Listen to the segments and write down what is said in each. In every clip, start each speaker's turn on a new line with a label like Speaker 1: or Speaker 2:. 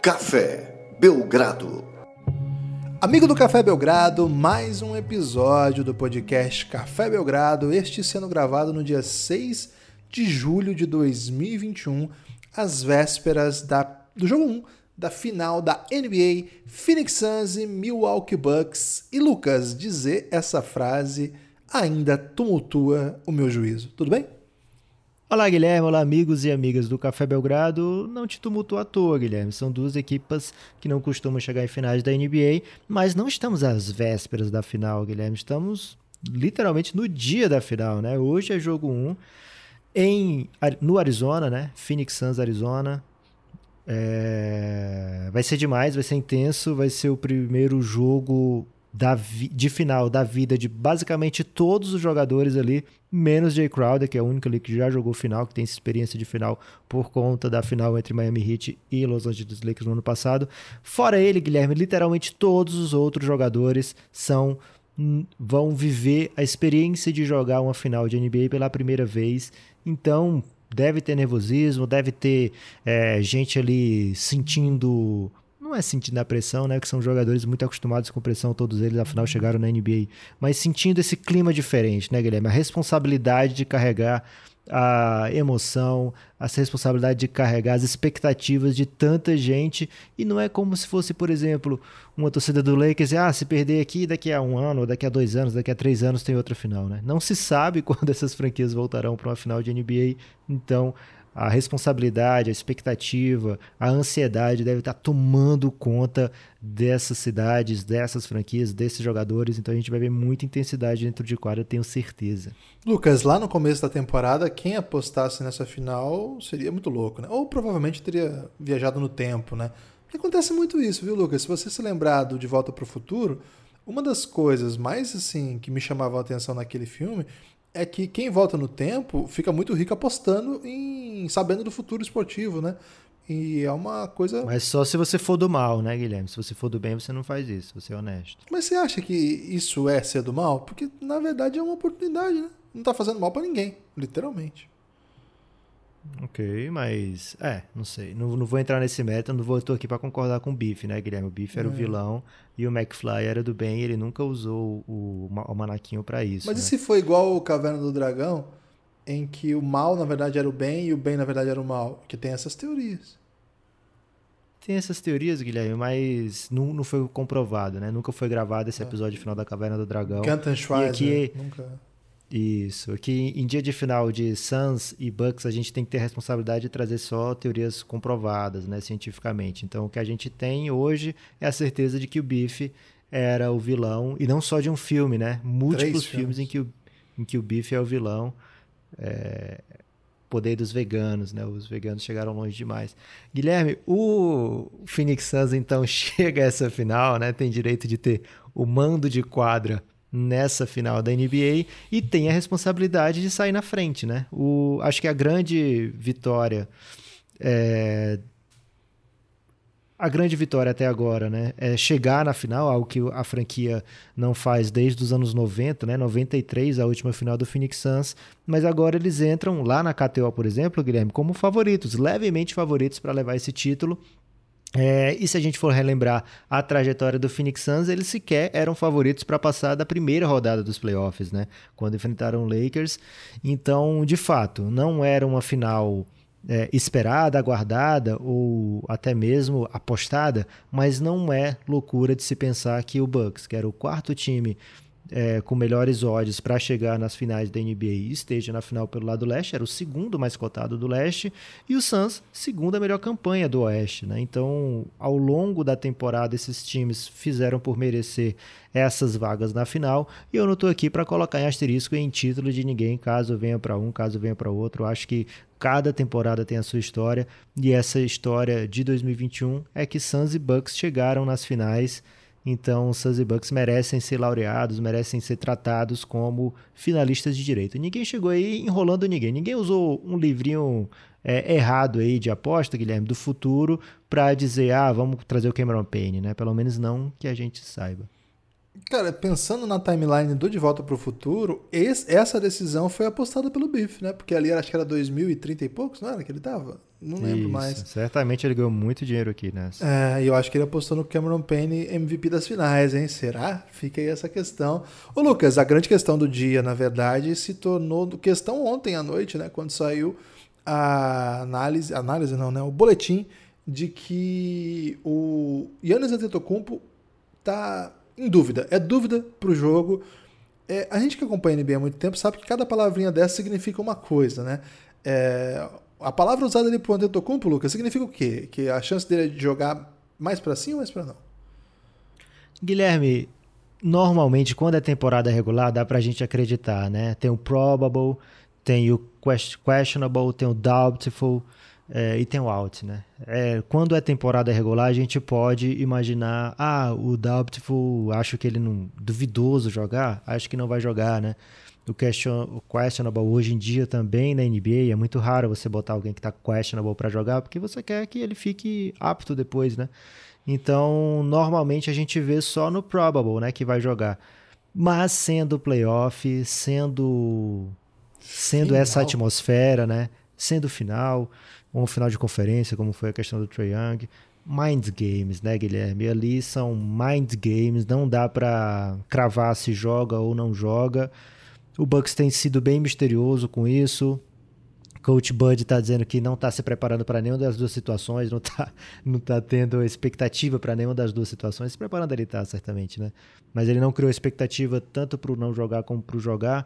Speaker 1: Café Belgrado.
Speaker 2: Amigo do Café Belgrado, mais um episódio do podcast Café Belgrado, este sendo gravado no dia 6 de julho de 2021, às vésperas do jogo 1 da final da NBA, Phoenix Suns e Milwaukee Bucks. E Lucas, dizer essa frase ainda tumultua o meu juízo. Tudo bem?
Speaker 3: Olá, Guilherme. Olá, amigos e amigas do Café Belgrado. Não te tumultua à toa, Guilherme. São duas equipas que não costumam chegar em finais da NBA, mas não estamos às vésperas da final, Guilherme. Estamos literalmente no dia da final, né? Hoje é jogo 1 no Arizona, né? Phoenix Suns, Arizona. Vai ser demais, vai ser intenso, vai ser o primeiro jogo de final da vida de basicamente todos os jogadores ali, menos Jay Crowder, que é o único ali que já jogou final, que tem essa experiência de final por conta da final entre Miami Heat e Los Angeles Lakers no ano passado. Fora ele, Guilherme, literalmente todos os outros jogadores vão viver a experiência de jogar uma final de NBA pela primeira vez. Então deve ter nervosismo, deve ter gente ali sentindo... Não é sentindo a pressão, né? Que são jogadores muito acostumados com pressão, todos eles, afinal, chegaram na NBA. Mas sentindo esse clima diferente, né, Guilherme? A responsabilidade de carregar a emoção, a responsabilidade de carregar as expectativas de tanta gente. E não é como se fosse, por exemplo, uma torcida do Lakers, se perder aqui, daqui a 1 ano, ou daqui a 2 anos, daqui a 3 anos tem outra final, né? Não se sabe quando essas franquias voltarão para uma final de NBA, então... A responsabilidade, a expectativa, a ansiedade deve estar tomando conta dessas cidades, dessas franquias, desses jogadores. Então a gente vai ver muita intensidade dentro de quadra, eu tenho certeza.
Speaker 2: Lucas, lá no começo da temporada, quem apostasse nessa final seria muito louco, né? Ou provavelmente teria viajado no tempo, né? Porque acontece muito isso, viu, Lucas? Se você se lembrar do De Volta para o Futuro, uma das coisas mais assim que me chamavam a atenção naquele filme é que quem volta no tempo fica muito rico apostando sabendo do futuro esportivo, né? E é uma coisa...
Speaker 3: Mas só se você for do mal, né, Guilherme? Se você for do bem, você não faz isso, você é honesto.
Speaker 2: Mas você acha que isso é ser do mal? Porque, na verdade, é uma oportunidade, né? Não tá fazendo mal pra ninguém, literalmente.
Speaker 3: Ok, mas... não sei. Não vou entrar nesse mérito, eu tô aqui pra concordar com o Biff, né, Guilherme? O Biff era o vilão e o McFly era do bem e ele nunca usou o Manaquinho pra isso.
Speaker 2: Mas
Speaker 3: né?
Speaker 2: E se foi igual o Caverna do Dragão, em que o mal, na verdade, era o bem e o bem, na verdade, era o mal? Que tem essas teorias.
Speaker 3: Tem essas teorias, Guilherme, mas não foi comprovado, né? Nunca foi gravado esse episódio final da Caverna do Dragão.
Speaker 2: Canton Schweizer,
Speaker 3: e aqui,
Speaker 2: nunca...
Speaker 3: Isso. Aqui, em dia de final de Suns e Bucks, a gente tem que ter a responsabilidade de trazer só teorias comprovadas, né, cientificamente. Então, o que a gente tem hoje é a certeza de que o Biff era o vilão, e não só de um filme, né? Múltiplos filmes em que o Biff é o vilão. Poder dos veganos, né? Os veganos chegaram longe demais. Guilherme, o Phoenix Suns, então, chega a essa final, né? Tem direito de ter o mando de quadra nessa final da NBA e tem a responsabilidade de sair na frente, né? Acho que a grande vitória até agora, né, é chegar na final, algo que a franquia não faz desde os anos 90, né, 93, a última final do Phoenix Suns, mas agora eles entram lá na KTO, por exemplo, Guilherme, como favoritos, levemente favoritos para levar esse título. E se a gente for relembrar a trajetória do Phoenix Suns, eles sequer eram favoritos para passar da primeira rodada dos playoffs, né? Quando enfrentaram o Lakers. Então, de fato, não era uma final esperada, aguardada ou até mesmo apostada, mas não é loucura de se pensar que o Bucks, que era o quarto time com melhores odds para chegar nas finais da NBA, esteja na final pelo lado leste, era o segundo mais cotado do leste, e o Suns, segunda melhor campanha do oeste, né? Então, ao longo da temporada, esses times fizeram por merecer essas vagas na final, e eu não estou aqui para colocar em asterisco em título de ninguém, caso venha para um, caso venha para outro. Eu acho que cada temporada tem a sua história, e essa história de 2021 é que Suns e Bucks chegaram nas finais. Então, Suns e Bucks merecem ser laureados, merecem ser tratados como finalistas de direito. Ninguém chegou aí enrolando ninguém. Ninguém usou um livrinho errado aí de aposta, Guilherme, do futuro para dizer, vamos trazer o Cameron Payne, né? Pelo menos não que a gente saiba.
Speaker 2: Cara, pensando na timeline do De Volta para o Futuro, essa decisão foi apostada pelo Biff, né? Porque ali acho que era 2030 e poucos, não era que ele tava? Não lembro
Speaker 3: Isso,
Speaker 2: mais.
Speaker 3: certamente ele ganhou muito dinheiro aqui nessa.
Speaker 2: E eu acho que ele apostou no Cameron Payne MVP das finais, hein? Será? Fica aí essa questão. Ô Lucas, a grande questão do dia, na verdade, se tornou questão ontem à noite, né? Quando saiu a análise não, né? O boletim de que o Giannis Antetokounmpo tá em dúvida. É dúvida pro jogo. A gente que acompanha a NBA há muito tempo sabe que cada palavrinha dessa significa uma coisa, né? A palavra usada ali pro Antetokounmpo, Lucas, significa o quê? Que a chance dele é de jogar mais pra sim ou mais pra não?
Speaker 3: Guilherme, normalmente quando é temporada regular dá pra gente acreditar, né? Tem o probable, tem o questionable, tem o doubtful e tem o out, né? Quando é temporada regular a gente pode imaginar, o doubtful, acho que ele não, duvidoso jogar, acho que não vai jogar, né? O questionable hoje em dia também na NBA é muito raro você botar alguém que está questionable para jogar, porque você quer que ele fique apto depois, né? Então, normalmente a gente vê só no probable, né, que vai jogar. Mas sendo playoff, sendo essa atmosfera, né? Sendo final, um final de conferência, como foi a questão do Trae Young, mind games, né, Guilherme? Ali são mind games, não dá para cravar se joga ou não joga. O Bucks tem sido bem misterioso com isso. Coach Bud está dizendo que não está se preparando para nenhuma das duas situações, não tá tendo expectativa para nenhuma das duas situações. Se preparando ele está, certamente, né? Mas ele não criou expectativa tanto para o não jogar como para o jogar.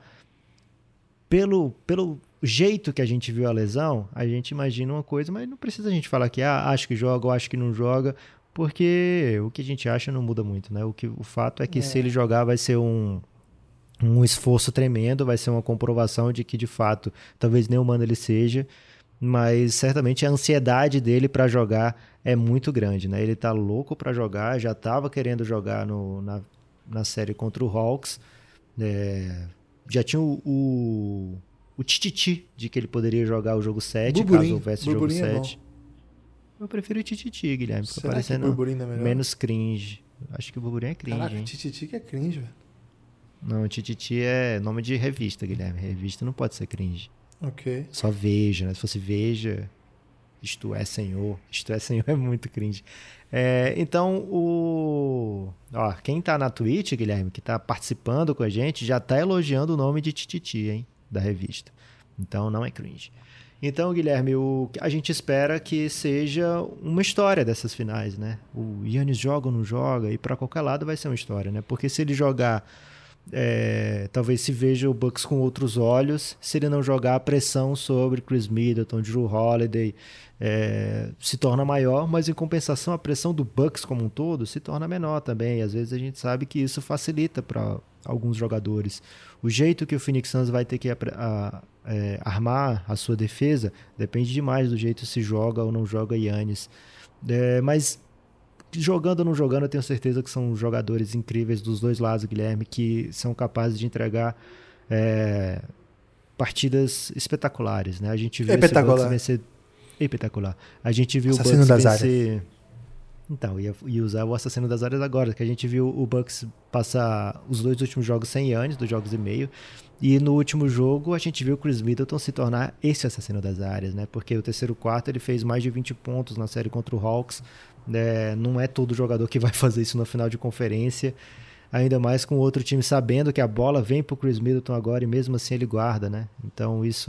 Speaker 3: Pelo jeito que a gente viu a lesão, a gente imagina uma coisa, mas não precisa a gente falar que acho que joga ou acho que não joga, porque o que a gente acha não muda muito, né? O fato é que se ele jogar vai ser um esforço tremendo, vai ser uma comprovação de que de fato talvez nem humano ele seja, mas certamente a ansiedade dele para jogar é muito grande, né? Ele tá louco para jogar, já estava querendo jogar na série contra o Hawks, já tinha o tititi de que ele poderia jogar o jogo 7, caso houvesse o jogo 7. Eu prefiro o tititi, Guilherme, fica parecendo menos cringe. Acho que o burburinho é cringe.
Speaker 2: Caraca, tititi que é cringe, velho.
Speaker 3: Não, tititi é nome de revista, Guilherme. Revista não pode ser cringe.
Speaker 2: Ok.
Speaker 3: Só Veja, né? Se fosse Veja, Isto é Senhor. Isto é Senhor é muito cringe. Então, quem tá na Twitch, Guilherme, que tá participando com a gente, já tá elogiando o nome de tititi, hein? Da revista. Então, não é cringe. Então, Guilherme, a gente espera que seja uma história dessas finais, né? O Giannis joga ou não joga, e para qualquer lado vai ser uma história, né? Porque se ele jogar... talvez se veja o Bucks com outros olhos. Se ele não jogar, a pressão sobre Chris Middleton, Jrue Holiday se torna maior, mas em compensação a pressão do Bucks como um todo se torna menor também, e às vezes a gente sabe que isso facilita para alguns jogadores. O jeito que o Phoenix Suns vai ter que armar a sua defesa depende demais do jeito se joga ou não joga Giannis, mas jogando ou não jogando, eu tenho certeza que são jogadores incríveis dos dois lados, Guilherme, que são capazes de entregar partidas espetaculares, né? A gente viu esse Bucks vencer... Espetacular. A gente viu
Speaker 2: Assassino
Speaker 3: o Bucks
Speaker 2: das
Speaker 3: vencer...
Speaker 2: áreas.
Speaker 3: Então, ia usar o Assassino das Áreas agora, que a gente viu o Bucks passar os dois últimos jogos sem Giannis, 2 jogos e meio, e no último jogo a gente viu o Chris Middleton se tornar esse Assassino das Áreas, né? Porque o terceiro quarto ele fez mais de 20 pontos na série contra o Hawks, não é todo jogador que vai fazer isso no final de conferência, ainda mais com o outro time sabendo que a bola vem pro Chris Middleton agora e mesmo assim ele guarda, né? Então isso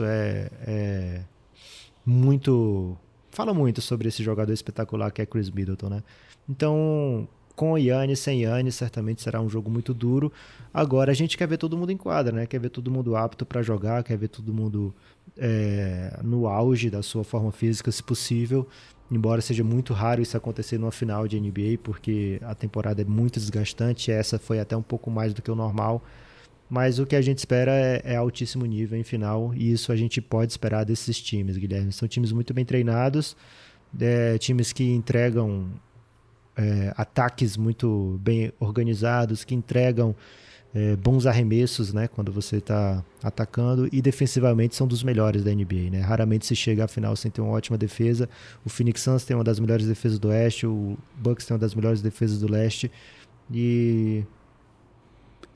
Speaker 3: fala muito sobre esse jogador espetacular que é Chris Middleton, né? Então, com o Giannis, sem Giannis, certamente será um jogo muito duro. Agora, a gente quer ver todo mundo em quadra, né? Quer ver todo mundo apto para jogar, quer ver todo mundo no auge da sua forma física, se possível. Embora seja muito raro isso acontecer numa final de NBA, porque a temporada é muito desgastante, essa foi até um pouco mais do que o normal. Mas o que a gente espera é altíssimo nível em final, e isso a gente pode esperar desses times, Guilherme. São times muito bem treinados, times que entregam ataques muito bem organizados, que entregam bons arremessos, né, quando você está atacando, e defensivamente são dos melhores da NBA, né? Raramente se chega à final sem ter uma ótima defesa. O Phoenix Suns tem uma das melhores defesas do Oeste, o Bucks tem uma das melhores defesas do Leste, e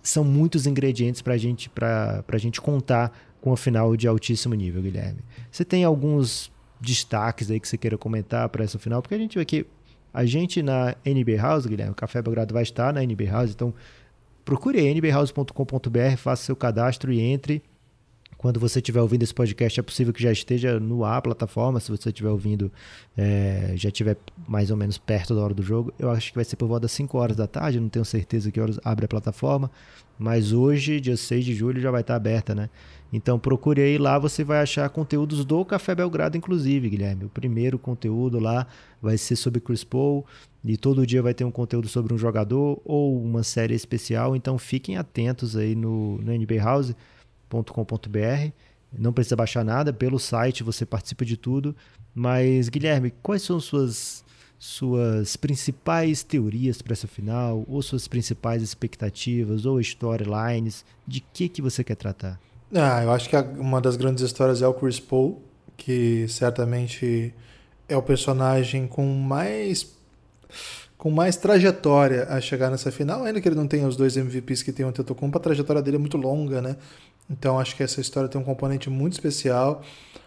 Speaker 3: são muitos ingredientes para a gente contar com a final de altíssimo nível, Guilherme. Você tem alguns destaques aí que você queira comentar para essa final? Porque a gente na NB House, Guilherme, o Café Belgrado vai estar na NB House, então procure aí nbhouse.com.br, faça seu cadastro e entre. Quando você estiver ouvindo esse podcast, é possível que já esteja no ar a plataforma. Se você estiver ouvindo, já estiver mais ou menos perto da hora do jogo. Eu acho que vai ser por volta das 5 horas da tarde, não tenho certeza que horas abre a plataforma. Mas hoje, dia 6 de julho, já vai estar aberta, né? Então procure aí, lá você vai achar conteúdos do Café Belgrado, inclusive, Guilherme. O primeiro conteúdo lá vai ser sobre Chris Paul, e todo dia vai ter um conteúdo sobre um jogador ou uma série especial. Então fiquem atentos aí no nbhouse.com.br. Não precisa baixar nada, pelo site você participa de tudo. Mas, Guilherme, quais são suas principais teorias para essa final, ou suas principais expectativas, ou storylines? De que você quer tratar?
Speaker 2: Eu acho que uma das grandes histórias é o Chris Paul, que certamente é o personagem com mais trajetória a chegar nessa final, ainda que ele não tenha os 2 MVPs que tem o Antetokounmpo, a trajetória dele é muito longa, né? Então acho que essa história tem um componente muito especial.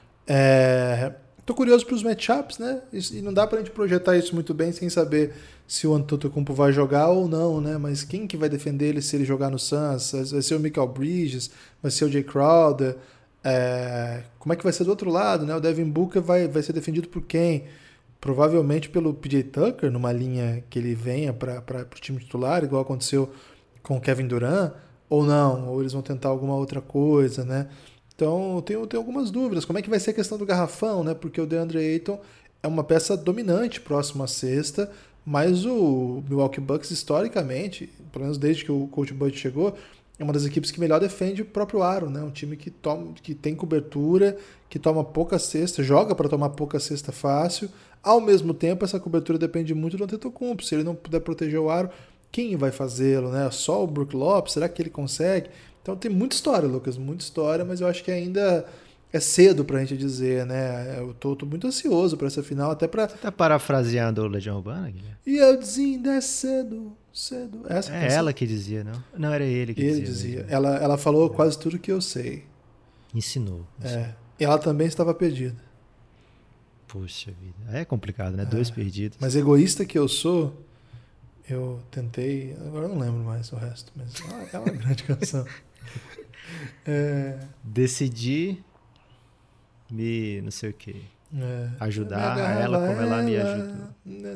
Speaker 2: Tô curioso para os matchups, né? E não dá pra gente projetar isso muito bem sem saber se o Antetokounmpo vai jogar ou não, né? Mas quem que vai defender ele se ele jogar no Suns? Vai ser o Mikal Bridges? Vai ser o Jay Crowder? Como é que vai ser do outro lado, né? O Devin Booker vai ser defendido por quem? Provavelmente pelo PJ Tucker, numa linha que ele venha para o time titular, igual aconteceu com o Kevin Durant, ou não? Ou eles vão tentar alguma outra coisa, né? Então, eu tenho algumas dúvidas. Como é que vai ser a questão do garrafão, né? Porque o DeAndre Ayton é uma peça dominante próximo à cesta, mas o Milwaukee Bucks, historicamente, pelo menos desde que o Coach Bud chegou, é uma das equipes que melhor defende o próprio aro, né? Um time que tem cobertura, que toma pouca cesta, joga para tomar pouca cesta fácil. Ao mesmo tempo, essa cobertura depende muito do Antetokounmpo. Se ele não puder proteger o aro, quem vai fazê-lo, né? Só o Brook Lopes? Será que ele consegue? Então tem muita história, Lucas, muita história, mas eu acho que ainda é cedo pra gente dizer, né? Eu tô muito ansioso pra essa final, até pra...
Speaker 3: Você tá parafraseando o Legião Urbana, Guilherme?
Speaker 2: E eu dizendo, é cedo. Essa
Speaker 3: é ela que dizia, não? Não, era ele que dizia.
Speaker 2: Ele dizia. Ela falou quase tudo que eu sei.
Speaker 3: Ensinou.
Speaker 2: E ela também estava perdida.
Speaker 3: Puxa vida. É complicado, né? 2 perdidos.
Speaker 2: Mas egoísta que eu sou, eu tentei... Agora eu não lembro mais o resto, mas é uma grande canção.
Speaker 3: Decidi me... não sei o quê. Ajudar ela como ela me ajudou.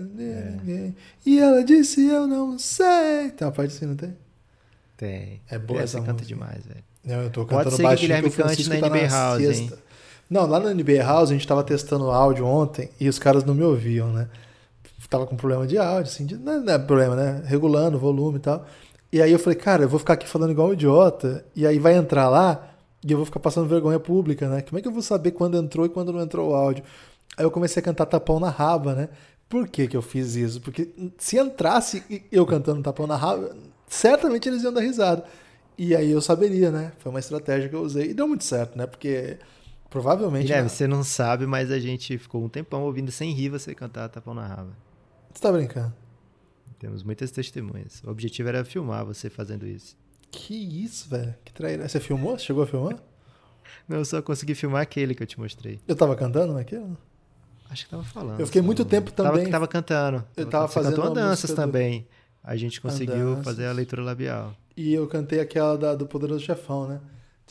Speaker 2: E ela disse, eu não sei. Tem uma parte assim, não tem?
Speaker 3: Tem.
Speaker 2: É boa essa
Speaker 3: canta
Speaker 2: música.
Speaker 3: demais, velho.
Speaker 2: Eu tô
Speaker 3: Pode
Speaker 2: cantando
Speaker 3: ser
Speaker 2: baixinho,
Speaker 3: que o Guilherme cante na NB House, hein?
Speaker 2: Não, lá na NB House a gente tava testando o áudio ontem e os caras não me ouviam, né? Tava com problema de áudio, assim, não é problema, né? Regulando o volume e tal. E aí eu falei, cara, eu vou ficar aqui falando igual um idiota, e aí vai entrar lá e eu vou ficar passando vergonha pública, né? Como é que eu vou saber quando entrou e quando não entrou o áudio? Aí eu comecei a cantar Tapão na Raba, né? Por que eu fiz isso? Porque se entrasse eu cantando Tapão na Raba, certamente eles iam dar risada. E aí eu saberia, né? Foi uma estratégia que eu usei e deu muito certo, né? Porque provavelmente...
Speaker 3: Guilherme, você não sabe, mas a gente ficou um tempão ouvindo sem rir você cantar Tapão na Raba.
Speaker 2: Você tá brincando?
Speaker 3: Temos muitas testemunhas. O objetivo era filmar você fazendo isso.
Speaker 2: Que isso, velho? Que traíra. Você filmou? Você chegou a filmar?
Speaker 3: Não, eu só consegui filmar aquele que eu te mostrei.
Speaker 2: Eu tava cantando naquilo?
Speaker 3: Acho que tava falando.
Speaker 2: Eu fiquei muito tempo também...
Speaker 3: Tava cantando.
Speaker 2: Eu tava fazendo
Speaker 3: cantou
Speaker 2: uma
Speaker 3: danças
Speaker 2: música
Speaker 3: também. A gente conseguiu
Speaker 2: Andanças.
Speaker 3: fazer a leitura labial.
Speaker 2: E eu cantei aquela do Poderoso Chefão, né?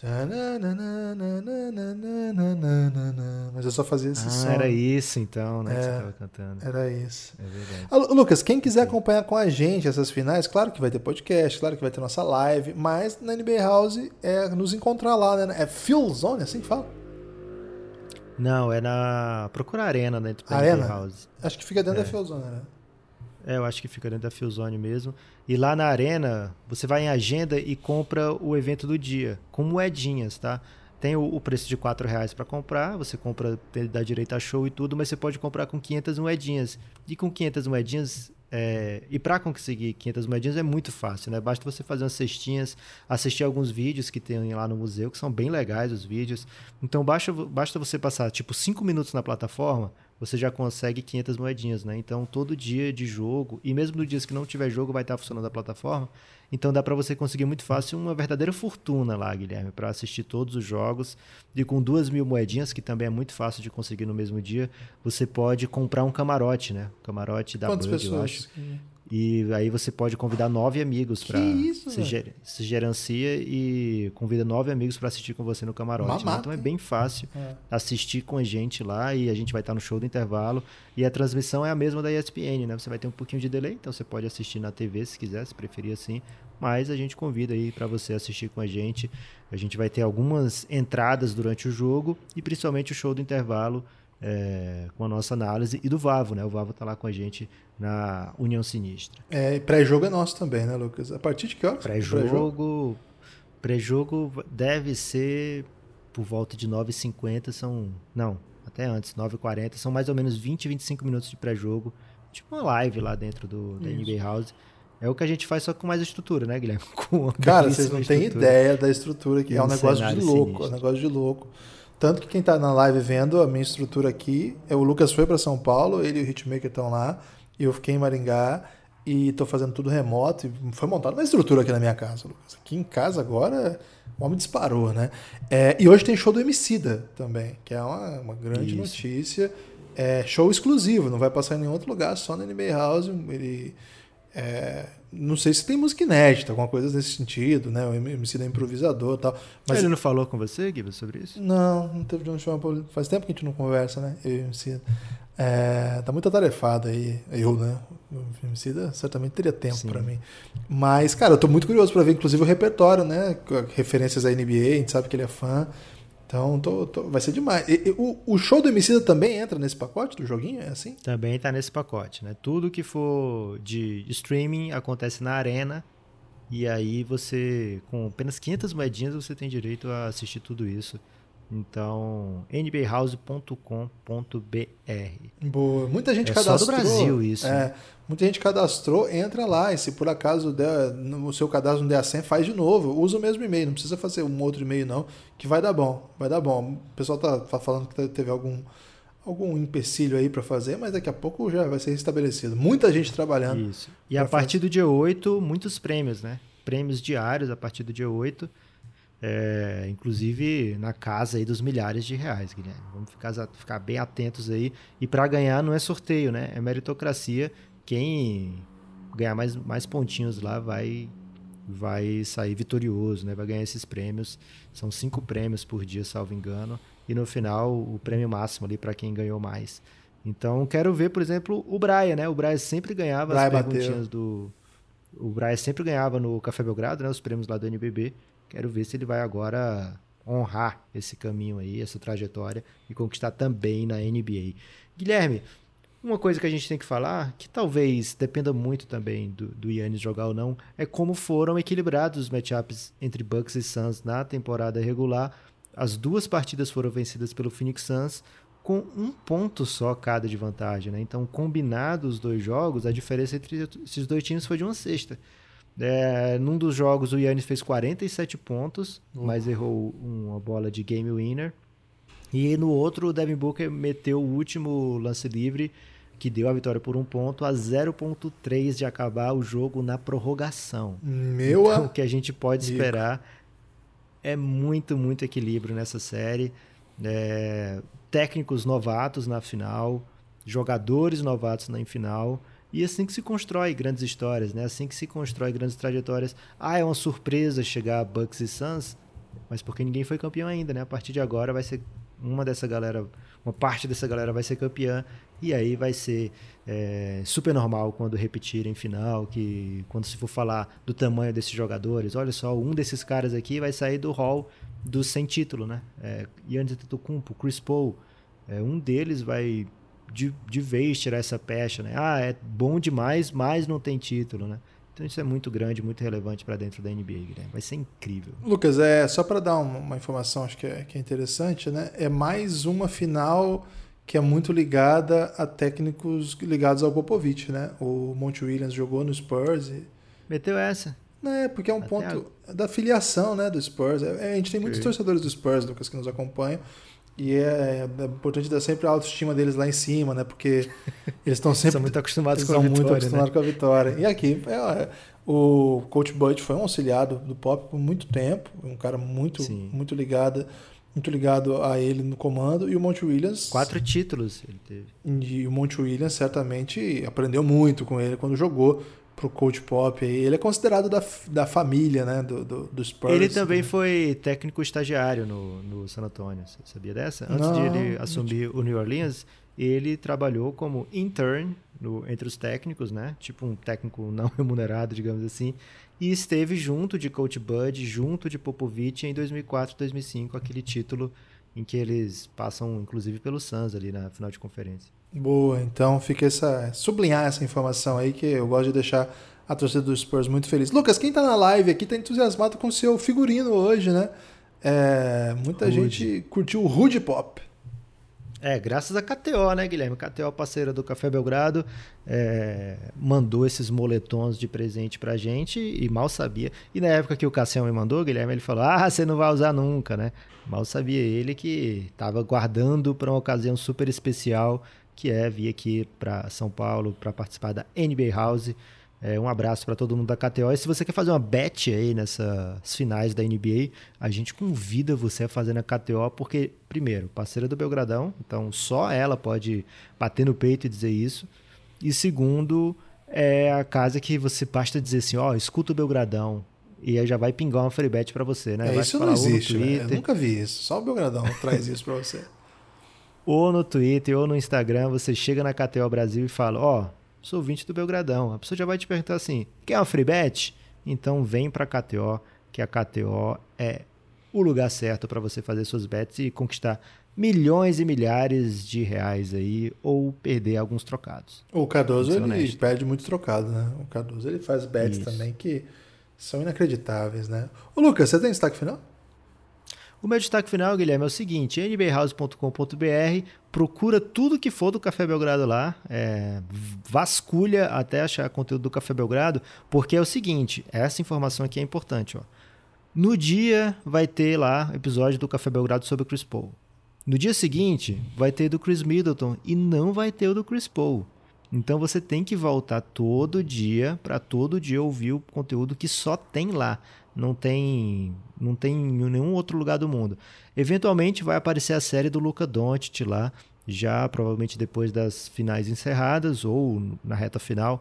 Speaker 2: Mas eu só fazia esse som.
Speaker 3: Era isso então, né? Que você tava cantando.
Speaker 2: Era isso.
Speaker 3: É verdade.
Speaker 2: Lucas, quem quiser acompanhar com a gente essas finais, claro que vai ter podcast, claro que vai ter nossa live, mas na NBA House é nos encontrar lá, né? É Phil Zone, assim que fala?
Speaker 3: Não, é na... Procura a Arena dentro da
Speaker 2: Arena?
Speaker 3: NBA House.
Speaker 2: Acho que fica dentro da Phil Zone, né?
Speaker 3: Eu acho que fica dentro da Philzone mesmo. E lá na Arena, você vai em agenda e compra o evento do dia, com moedinhas, tá? Tem o preço de R$4 para comprar, você compra, dá direito a show e tudo, mas você pode comprar com 500 moedinhas. E com 500 moedinhas, e para conseguir 500 moedinhas é muito fácil, né? Basta você fazer umas cestinhas, assistir alguns vídeos que tem lá no museu, que são bem legais os vídeos. Então basta você passar, tipo, 5 minutos na plataforma, você já consegue 500 moedinhas, né? Então, todo dia de jogo, e mesmo nos dias que não tiver jogo, vai estar funcionando a plataforma. Então, dá para você conseguir muito fácil uma verdadeira fortuna lá, Guilherme, para assistir todos os jogos. E com 2.000 moedinhas, que também é muito fácil de conseguir no mesmo dia, você pode comprar um camarote, né? O camarote da
Speaker 2: Quantas
Speaker 3: Band,
Speaker 2: pessoas?
Speaker 3: eu acho. E aí você pode convidar 9 amigos para se gerencia e convida 9 amigos para assistir com você no camarote. Né? Então é bem fácil assistir com a gente lá e a gente vai estar no show do intervalo. E a transmissão é a mesma da ESPN, né? Você vai ter um pouquinho de delay, então você pode assistir na TV se quiser, se preferir assim. Mas a gente convida aí para você assistir com a gente. A gente vai ter algumas entradas durante o jogo e principalmente o show do intervalo. Com a nossa análise e do Vavo, né? O Vavo tá lá com a gente na União Sinistra.
Speaker 2: E pré-jogo é nosso também, né, Lucas? A partir de que horas?
Speaker 3: Pré-jogo deve ser por volta de 9h50, até antes, 9h40, são mais ou menos 20, 25 minutos de pré-jogo, tipo uma live lá dentro da NBA House. É o que a gente faz só com mais estrutura, né, Guilherme?
Speaker 2: Cara, vocês não têm ideia da estrutura aqui. É um negócio de louco,
Speaker 3: sinistro.
Speaker 2: É um negócio de louco. Tanto que quem tá na live vendo a minha estrutura aqui, o Lucas foi para São Paulo, ele e o Hitmaker estão lá, e eu fiquei em Maringá e tô fazendo tudo remoto. E foi montada uma estrutura aqui na minha casa, Lucas. Aqui em casa agora o homem disparou, né? E hoje tem show do Emicida também, que é uma grande notícia. Show exclusivo, não vai passar em nenhum outro lugar, só na NBA House. Ele... não sei se tem música inédita, alguma coisa nesse sentido, né? O MC da improvisador e tal. Mas
Speaker 3: ele não falou com você, Guilherme, sobre isso?
Speaker 2: Não teve de onde chamar. Faz tempo que a gente não conversa, né? Eu e o MC. Tá muito atarefado aí. Né? O MC certamente teria tempo para mim. Mas, cara, eu tô muito curioso para ver, inclusive, o repertório, né? Referências à NBA, a gente sabe que ele é fã. Então, vai ser demais. O show do Emicida também entra nesse pacote do joguinho? É assim?
Speaker 3: Também está nesse pacote, né? Tudo que for de streaming acontece na arena e aí você, com apenas 500 moedinhas, você tem direito a assistir tudo isso. Então, nbahouse.com.br.
Speaker 2: Boa. Muita gente cadastrou.
Speaker 3: Só do Brasil isso.
Speaker 2: Muita gente cadastrou, entra lá e se por acaso o seu cadastro não der a senha, faz de novo. Usa o mesmo e-mail, não precisa fazer um outro e-mail não, que vai dar bom. Vai dar bom. O pessoal tá falando que teve algum empecilho aí para fazer, mas daqui a pouco já vai ser restabelecido. Muita gente trabalhando.
Speaker 3: Isso. E a partir do dia 8, muitos prêmios, né? Prêmios diários a partir do dia 8. Inclusive na casa aí dos milhares de reais, Guilherme. Vamos ficar bem atentos aí. E para ganhar não é sorteio, né? É meritocracia. Quem ganhar mais pontinhos lá vai sair vitorioso, né? Vai ganhar esses prêmios. São 5 prêmios por dia, salvo engano. E no final, o prêmio máximo ali para quem ganhou mais. Então, quero ver, por exemplo, o Brian, né? O Brian sempre ganhava as perguntinhas O Brian sempre ganhava no Café Belgrado, né? Os prêmios lá do NBB. Quero ver se ele vai agora honrar esse caminho aí, essa trajetória e conquistar também na NBA. Guilherme, uma coisa que a gente tem que falar, que talvez dependa muito também do Giannis jogar ou não, é como foram equilibrados os matchups entre Bucks e Suns na temporada regular. As 2 partidas foram vencidas pelo Phoenix Suns com 1 ponto só cada de vantagem, né? Então, combinados os 2 jogos, a diferença entre esses 2 times foi de 1 cesta. Num dos jogos o Giannis fez 47 pontos, mas errou uma bola de game winner. E no outro o Devin Booker meteu o último lance livre, que deu a vitória por 1 ponto, a 0.3 de acabar o jogo na prorrogação. Então, o que a gente pode esperar é muito, muito equilíbrio nessa série. Técnicos novatos na final, jogadores novatos na final. E assim que se constrói grandes histórias, né? Assim que se constrói grandes trajetórias. É uma surpresa chegar a Bucks e Suns, mas porque ninguém foi campeão ainda, né? A partir de agora vai ser uma parte dessa galera vai ser campeã, e aí vai ser super normal quando repetirem final, que quando se for falar do tamanho desses jogadores, olha só, um desses caras aqui vai sair do hall dos sem título, né? Giannis Antetokounmpo, Chris Paul, um deles vai de vez tirar essa pecha, né? É bom demais, mas não tem título, né? Então isso é muito grande, muito relevante para dentro da NBA, Guilherme. Vai ser incrível.
Speaker 2: Lucas, só para dar uma informação, acho que é interessante, né? É mais uma final que é muito ligada a técnicos ligados ao Popovich, né? O Monty Williams jogou no Spurs e...
Speaker 3: Meteu essa.
Speaker 2: Porque é um ponto da filiação, né, do Spurs. A gente tem muitos torcedores do Spurs, Lucas, que nos acompanham. E é importante dar sempre a autoestima deles lá em cima, né? Porque eles estão sempre...
Speaker 3: São muito acostumados com a
Speaker 2: são
Speaker 3: vitória,
Speaker 2: muito acostumados
Speaker 3: né?
Speaker 2: com a vitória. E aqui, o Coach Bud foi um auxiliado do Pop por muito tempo, um cara
Speaker 3: Sim.
Speaker 2: muito ligado a ele no comando, e o Monty Williams...
Speaker 3: 4 títulos ele teve.
Speaker 2: E o Monty Williams certamente aprendeu muito com ele quando jogou pro Coach Pop. Ele é considerado da família, né, do Spurs.
Speaker 3: Ele também foi técnico estagiário no San Antonio, você sabia dessa? Antes de ele assumir o New Orleans, ele trabalhou como intern entre os técnicos, né? Tipo um técnico não remunerado, digamos assim, e esteve junto de Coach Bud, junto de Popovich em 2004, 2005, aquele título em que eles passam, inclusive, pelo Suns ali na final de conferência.
Speaker 2: Boa, então fica sublinhar essa informação aí, que eu gosto de deixar a torcida do Spurs muito feliz. Lucas, quem tá na live aqui tá entusiasmado com o seu figurino hoje, né? Muita gente curtiu o Rude Pop.
Speaker 3: Graças a KTO, né, Guilherme? KTO, parceira do Café Belgrado, mandou esses moletons de presente pra gente e mal sabia. E na época que o Cassião me mandou, Guilherme, ele falou, você não vai usar nunca, né? Mal sabia ele que tava guardando para uma ocasião super especial, que é vir aqui para São Paulo para participar da NBA House. Um abraço para todo mundo da KTO. E se você quer fazer uma bet aí nessas finais da NBA, a gente convida você a fazer na KTO, porque, primeiro, parceira do Belgradão, então só ela pode bater no peito e dizer isso. E segundo, é a casa que você basta dizer assim, escuta o Belgradão, e aí já vai pingar uma free bet para você, né? Vai
Speaker 2: Isso não existe, né? Eu nunca vi isso. Só o Belgradão traz isso para você.
Speaker 3: Ou no Twitter, ou no Instagram, você chega na KTO Brasil e fala, sou ouvinte do Belgradão. A pessoa já vai te perguntar assim, quer uma free bet? Então vem para a KTO, que a KTO é o lugar certo para você fazer suas bets e conquistar milhões e milhares de reais aí, ou perder alguns trocados.
Speaker 2: O Cardoso, ele perde muito trocado, né? O Cardoso, ele faz bets também que são inacreditáveis, né? Ô Lucas, você tem destaque final?
Speaker 3: O meu destaque final, Guilherme, é o seguinte, nbhouse.com.br, procura tudo que for do Café Belgrado lá, vasculha até achar conteúdo do Café Belgrado, porque é o seguinte, essa informação aqui é importante. No dia vai ter lá episódio do Café Belgrado sobre o Chris Paul. No dia seguinte vai ter do Chris Middleton e não vai ter o do Chris Paul. Então você tem que voltar todo dia para todo dia ouvir o conteúdo que só tem lá. Não tem em nenhum outro lugar do mundo. Eventualmente vai aparecer a série do Luka Doncic lá, já provavelmente depois das finais encerradas ou na reta final.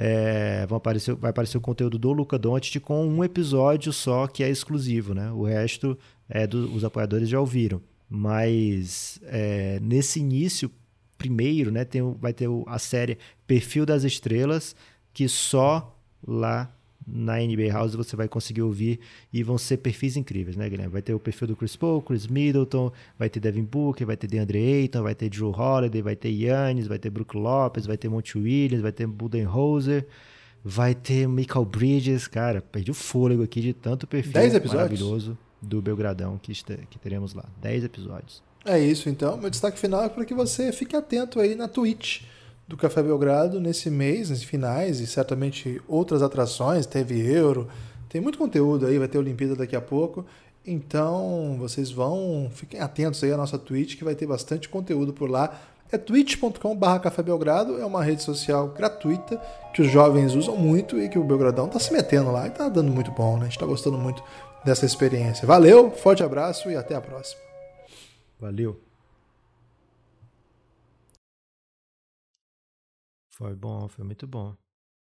Speaker 3: Vai aparecer o conteúdo do Luka Doncic com um episódio só que é exclusivo, né? O resto os apoiadores já ouviram. Mas nesse início, primeiro, né, vai ter a série Perfil das Estrelas, que só lá na NBA House você vai conseguir ouvir e vão ser perfis incríveis, né, Guilherme? Vai ter o perfil do Chris Paul, Chris Middleton, vai ter Devin Booker, vai ter DeAndre Ayton, vai ter Drew Holiday, vai ter Giannis, vai ter Brook Lopes, vai ter Monty Williams, vai ter Budenholzer, vai ter Michael Bridges. Cara, perdi o fôlego aqui de tanto perfil
Speaker 2: 10 episódios
Speaker 3: maravilhoso do Belgradão que teremos lá. 10 episódios.
Speaker 2: É isso, então. Meu destaque final é para que você fique atento aí na Twitch do Café Belgrado nesse mês, nesses finais, e certamente outras atrações. Teve Euro, tem muito conteúdo aí, vai ter Olimpíada daqui a pouco. Então, vocês fiquem atentos aí à nossa Twitch, que vai ter bastante conteúdo por lá. É twitch.com/Café Belgrado, é uma rede social gratuita que os jovens usam muito e que o Belgradão tá se metendo lá e tá dando muito bom, né? A gente tá gostando muito dessa experiência. Valeu, forte abraço e até a próxima.
Speaker 3: Valeu. Foi bom, foi muito bom.